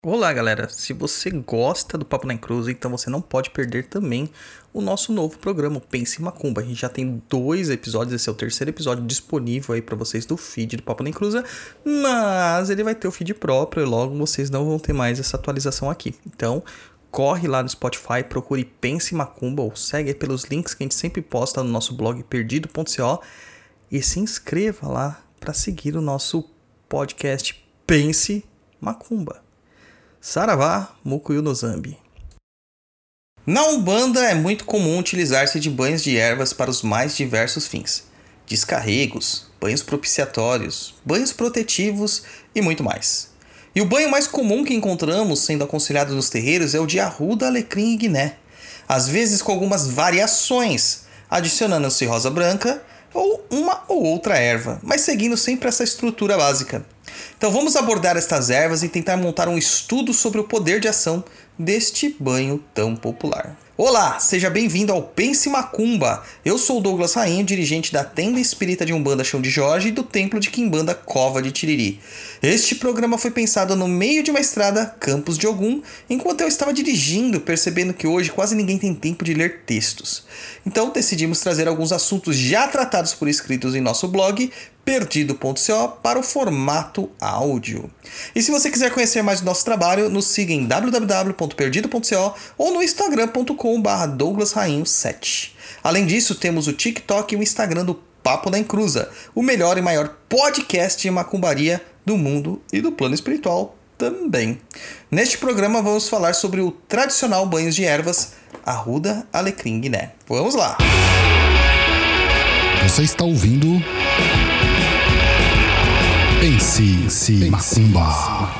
Olá, galera! Se você gosta do Papo na Encruza, então você não pode perder também o nosso novo programa, o Pense em Macumba. A gente já tem 2 episódios, esse é o 3º episódio disponível aí pra vocês do feed do Papo na Encruza, mas ele vai ter o feed próprio e logo vocês não vão ter mais essa atualização aqui. Então, corre lá no Spotify, procure Pense em Macumba ou segue aí pelos links que a gente sempre posta no nosso blog perdido.co e se inscreva lá para seguir o nosso podcast Pense Macumba. Saravá, Mucuyu no Zambi. Na Umbanda é muito comum utilizar-se de banhos de ervas para os mais diversos fins. Descarregos, banhos propiciatórios, banhos protetivos e muito mais. E o banho mais comum que encontramos sendo aconselhado nos terreiros é o de arruda, alecrim e guiné. Às vezes com algumas variações, adicionando-se rosa branca ou uma ou outra erva, mas seguindo sempre essa estrutura básica. Então vamos abordar estas ervas e tentar montar um estudo sobre o poder de ação deste banho tão popular. Olá, seja bem-vindo ao Pense Macumba. Eu sou o Douglas Rainho, dirigente da Tenda Espírita de Umbanda Chão de Jorge e do Templo de Quimbanda Cova de Tiriri. Este programa foi pensado no meio de uma estrada, Campos de Ogum, enquanto eu estava dirigindo, percebendo que hoje quase ninguém tem tempo de ler textos. Então decidimos trazer alguns assuntos já tratados por escritos em nosso blog, perdido.co, para o formato áudio. E se você quiser conhecer mais do nosso trabalho, nos siga em www.perdido.co ou no instagram.com/douglasrainho7. Além disso, temos o TikTok e o Instagram do Papo na Encruza, o melhor e maior podcast de macumbaria do mundo e do plano espiritual também. Neste programa vamos falar sobre o tradicional banho de ervas, arruda, alecrim e guiné. Vamos lá! Você está ouvindo Pense Macumba.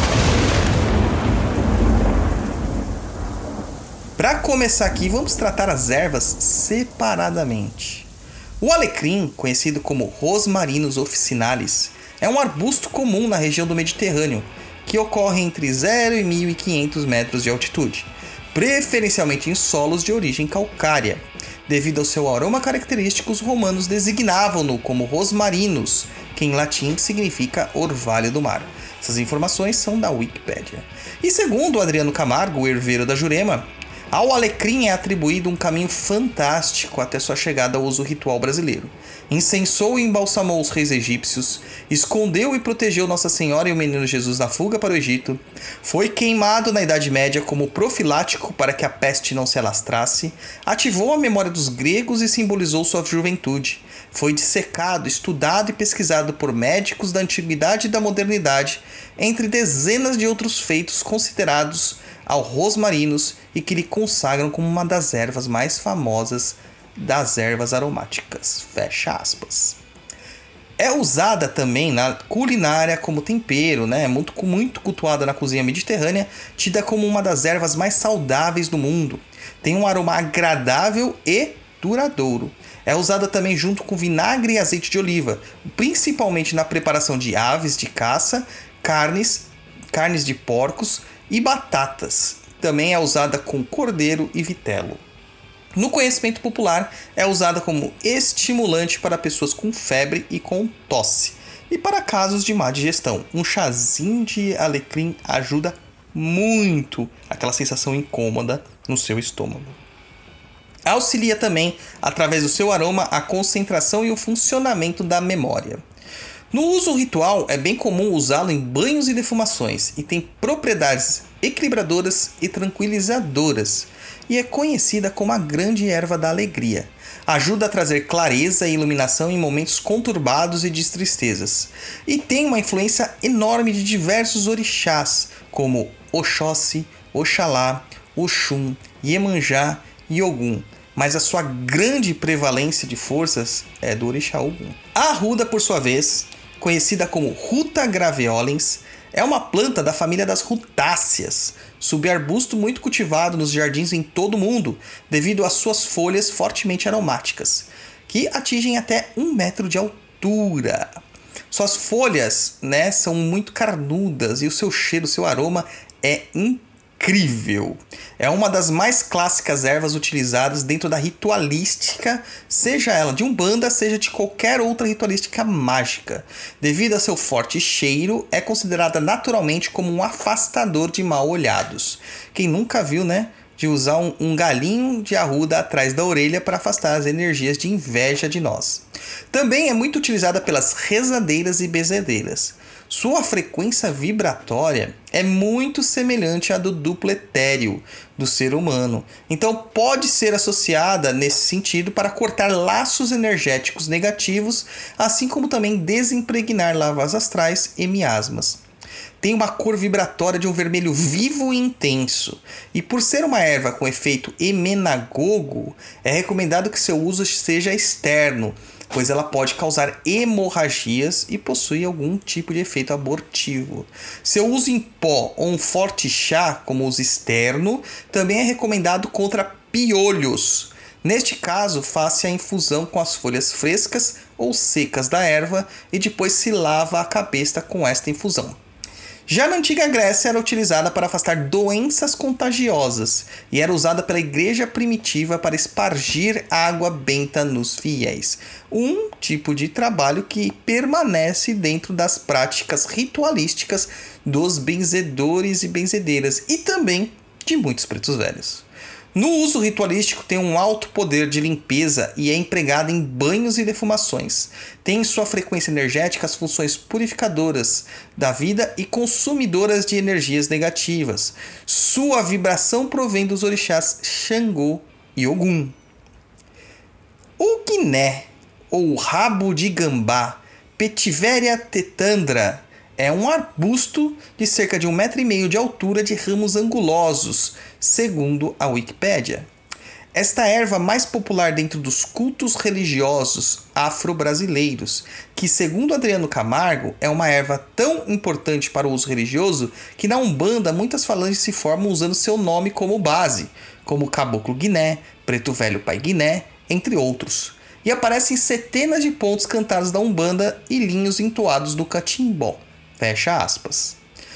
Para começar aqui, vamos tratar as ervas separadamente. O alecrim, conhecido como Rosmarinus officinalis, é um arbusto comum na região do Mediterrâneo, que ocorre entre 0 e 1.500 metros de altitude, preferencialmente em solos de origem calcária. Devido ao seu aroma característico, os romanos designavam-no como Rosmarinus, que em latim significa orvalho do mar. Essas informações são da Wikipédia. E segundo Adriano Camargo, o herveiro da Jurema, ao alecrim é atribuído um caminho fantástico até sua chegada ao uso ritual brasileiro. Incensou e embalsamou os reis egípcios, escondeu e protegeu Nossa Senhora e o Menino Jesus na fuga para o Egito, foi queimado na Idade Média como profilático para que a peste não se alastrasse, ativou a memória dos gregos e simbolizou sua juventude, foi dissecado, estudado e pesquisado por médicos da antiguidade e da modernidade, entre dezenas de outros feitos considerados ao rosmarinus e que lhe consagram como uma das ervas mais famosas das ervas aromáticas. Fecha aspas. É usada também na culinária como tempero, né? Muito cultuada na cozinha mediterrânea, tida como uma das ervas mais saudáveis do mundo. Tem um aroma agradável e duradouro. É usada também junto com vinagre e azeite de oliva, principalmente na preparação de aves de caça, carnes de porcos e batatas. Também é usada com cordeiro e vitelo. No conhecimento popular, é usada como estimulante para pessoas com febre e com tosse. E para casos de má digestão, um chazinho de alecrim ajuda muito aquela sensação incômoda no seu estômago. Auxilia também, através do seu aroma, a concentração e o funcionamento da memória. No uso ritual, é bem comum usá-lo em banhos e defumações e tem propriedades equilibradoras e tranquilizadoras e é conhecida como a grande erva da alegria. Ajuda a trazer clareza e iluminação em momentos conturbados e de tristezas e tem uma influência enorme de diversos orixás como Oxóssi, Oxalá, Oxum, Iemanjá e Ogum. Mas a sua grande prevalência de forças é do orixá Ogum. A arruda, por sua vez, conhecida como Ruta graveolens, é uma planta da família das rutáceas, subarbusto muito cultivado nos jardins em todo o mundo, devido às suas folhas fortemente aromáticas, que atingem até 1 metro de altura. Suas folhas, são muito carnudas e o seu cheiro, o seu aroma é incrível. É uma das mais clássicas ervas utilizadas dentro da ritualística, seja ela de Umbanda, seja de qualquer outra ritualística mágica. Devido a seu forte cheiro, é considerada naturalmente como um afastador de mal-olhados. Quem nunca viu, né? De usar um galinho de arruda atrás da orelha para afastar as energias de inveja de nós. Também é muito utilizada pelas rezadeiras e benzedeiras. Sua frequência vibratória é muito semelhante à do duplo etéreo do ser humano, então pode ser associada nesse sentido para cortar laços energéticos negativos, assim como também desimpregnar lavas astrais e miasmas. Tem uma cor vibratória de um vermelho vivo e intenso, e por ser uma erva com efeito emenagogo, é recomendado que seu uso seja externo, pois ela pode causar hemorragias e possui algum tipo de efeito abortivo. Seu uso em pó ou um forte chá, como uso externo, também é recomendado contra piolhos. Neste caso, faça a infusão com as folhas frescas ou secas da erva e depois se lava a cabeça com esta infusão. Já na antiga Grécia era utilizada para afastar doenças contagiosas e era usada pela igreja primitiva para espargir água benta nos fiéis. Um tipo de trabalho que permanece dentro das práticas ritualísticas dos benzedores e benzedeiras e também de muitos pretos velhos. No uso ritualístico tem um alto poder de limpeza e é empregado em banhos e defumações. Tem em sua frequência energética as funções purificadoras da vida e consumidoras de energias negativas. Sua vibração provém dos orixás Xangô e Ogum. O guiné, ou rabo de gambá, Petiveria tetandra, é um arbusto de cerca de 1,5 m de altura de ramos angulosos, segundo a Wikipédia. Esta erva mais popular dentro dos cultos religiosos afro-brasileiros, que segundo Adriano Camargo, é uma erva tão importante para o uso religioso que na Umbanda muitas falanges se formam usando seu nome como base, como Caboclo Guiné, Preto Velho Pai Guiné, entre outros. E aparece em centenas de pontos cantados da Umbanda e linhos entoados do catimbó. Fecha aspas.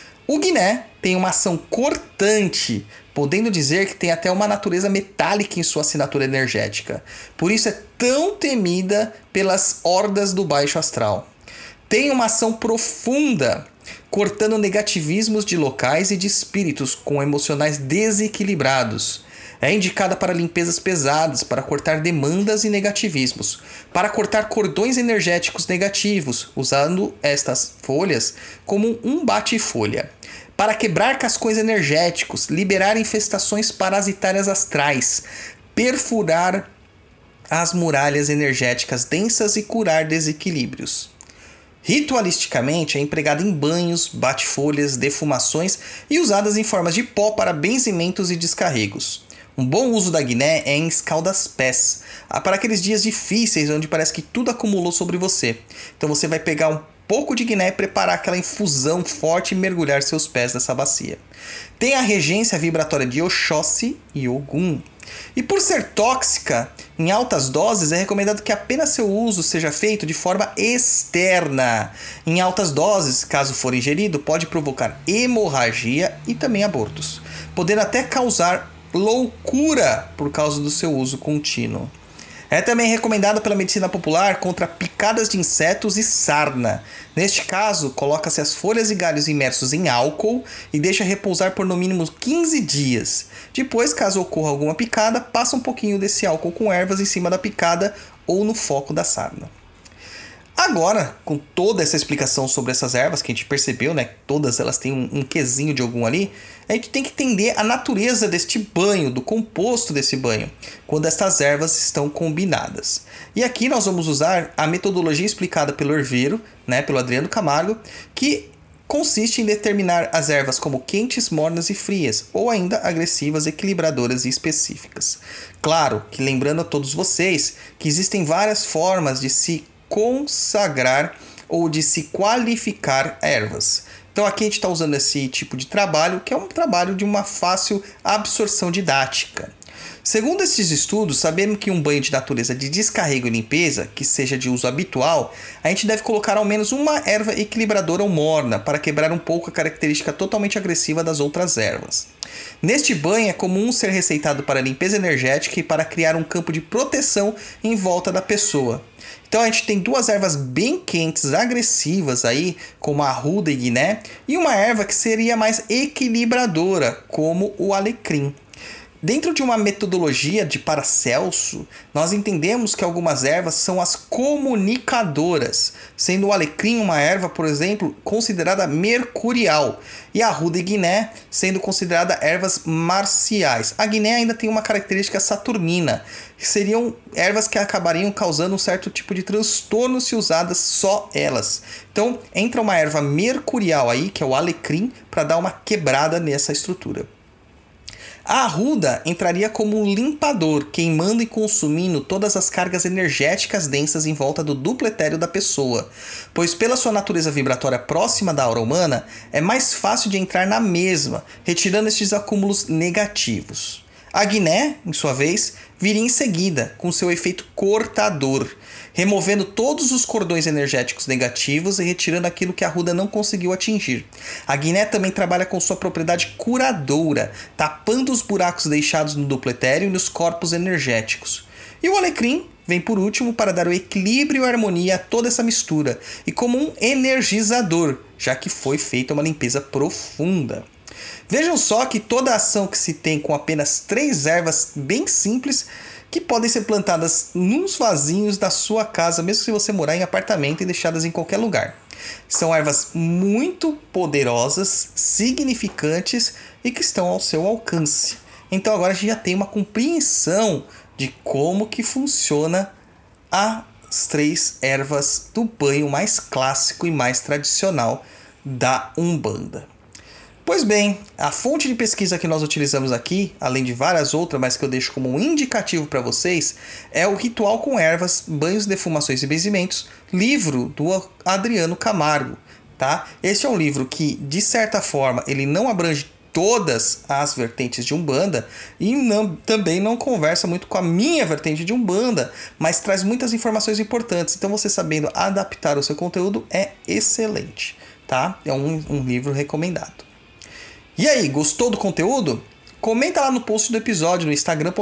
O guiné tem uma ação cortante, podendo dizer que tem até uma natureza metálica em sua assinatura energética. Por isso é tão temida pelas hordas do baixo astral. Tem uma ação profunda, cortando negativismos de locais e de espíritos com emocionais desequilibrados. É indicada para limpezas pesadas, para cortar demandas e negativismos, para cortar cordões energéticos negativos, usando estas folhas como um bate-folha, para quebrar cascões energéticos, liberar infestações parasitárias astrais, perfurar as muralhas energéticas densas e curar desequilíbrios. Ritualisticamente é empregada em banhos, bate-folhas, defumações e usadas em formas de pó para benzimentos e descarregos. Um bom uso da guiné é em escalda-pés, para aqueles dias difíceis onde parece que tudo acumulou sobre você. Então você vai pegar um pouco de guiné e preparar aquela infusão forte e mergulhar seus pés nessa bacia. Tem a regência vibratória de Oxóssi e Ogum. E por ser tóxica, em altas doses é recomendado que apenas seu uso seja feito de forma externa. Em altas doses, caso for ingerido, pode provocar hemorragia e também abortos, podendo até causar loucura por causa do seu uso contínuo. É também recomendado pela medicina popular contra picadas de insetos e sarna. Neste caso, coloca-se as folhas e galhos imersos em álcool e deixa repousar por no mínimo 15 dias. Depois, caso ocorra alguma picada, passa um pouquinho desse álcool com ervas em cima da picada ou no foco da sarna. Agora, com toda essa explicação sobre essas ervas que a gente percebeu, né? Todas elas têm um quesinho de algum ali. A gente tem que entender a natureza deste banho, do composto desse banho, quando estas ervas estão combinadas. E aqui nós vamos usar a metodologia explicada pelo herveiro, né? Pelo Adriano Camargo, que consiste em determinar as ervas como quentes, mornas e frias, ou ainda agressivas, equilibradoras e específicas. Claro que lembrando a todos vocês que existem várias formas de se consagrar ou de se qualificar ervas. Então aqui a gente está usando esse tipo de trabalho, que é um trabalho de uma fácil absorção didática. Segundo esses estudos, sabemos que um banho de natureza de descarrego e limpeza, que seja de uso habitual, a gente deve colocar ao menos uma erva equilibradora ou morna para quebrar um pouco a característica totalmente agressiva das outras ervas. Neste banho é comum ser receitado para limpeza energética e para criar um campo de proteção em volta da pessoa. Então a gente tem duas ervas bem quentes, agressivas aí, como a arruda e guiné, e uma erva que seria mais equilibradora, como o alecrim. Dentro de uma metodologia de Paracelso, nós entendemos que algumas ervas são as comunicadoras, sendo o alecrim uma erva, por exemplo, considerada mercurial, e a arruda e guiné sendo considerada ervas marciais. A guiné ainda tem uma característica saturnina, que seriam ervas que acabariam causando um certo tipo de transtorno se usadas só elas. Então entra uma erva mercurial aí, que é o alecrim, para dar uma quebrada nessa estrutura. A arruda entraria como um limpador, queimando e consumindo todas as cargas energéticas densas em volta do duplo etéreo da pessoa, pois pela sua natureza vibratória próxima da aura humana, é mais fácil de entrar na mesma, retirando estes acúmulos negativos. A guiné, em sua vez, viria em seguida, com seu efeito cortador, removendo todos os cordões energéticos negativos e retirando aquilo que a arruda não conseguiu atingir. A guiné também trabalha com sua propriedade curadora, tapando os buracos deixados no duplo etéreo e nos corpos energéticos. E o alecrim vem por último para dar o equilíbrio e harmonia a toda essa mistura, e como um energizador, já que foi feita uma limpeza profunda. Vejam só que toda a ação que se tem com apenas 3 ervas bem simples, que podem ser plantadas nos vasinhos da sua casa, mesmo se você morar em apartamento e deixadas em qualquer lugar. São ervas muito poderosas, significantes e que estão ao seu alcance. Então agora a gente já tem uma compreensão de como que funciona as 3 ervas do banho mais clássico e mais tradicional da Umbanda. Pois bem, a fonte de pesquisa que nós utilizamos aqui, além de várias outras, mas que eu deixo como um indicativo para vocês, é o Ritual com Ervas, Banhos, Defumações e Benzimentos, livro do Adriano Camargo. Tá? Este é um livro que, de certa forma, ele não abrange todas as vertentes de Umbanda e também não conversa muito com a minha vertente de Umbanda, mas traz muitas informações importantes. Então você sabendo adaptar o seu conteúdo é excelente. Tá? É um livro recomendado. E aí, gostou do conteúdo? Comenta lá no post do episódio no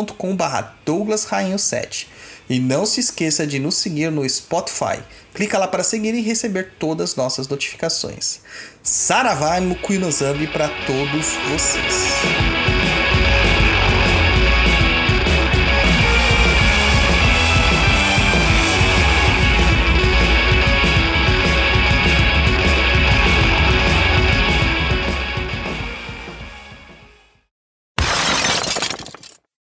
instagram.com/douglasrainho7. E não se esqueça de nos seguir no Spotify. Clica lá para seguir e receber todas as nossas notificações. Saravá e Mukuinozambi para todos vocês.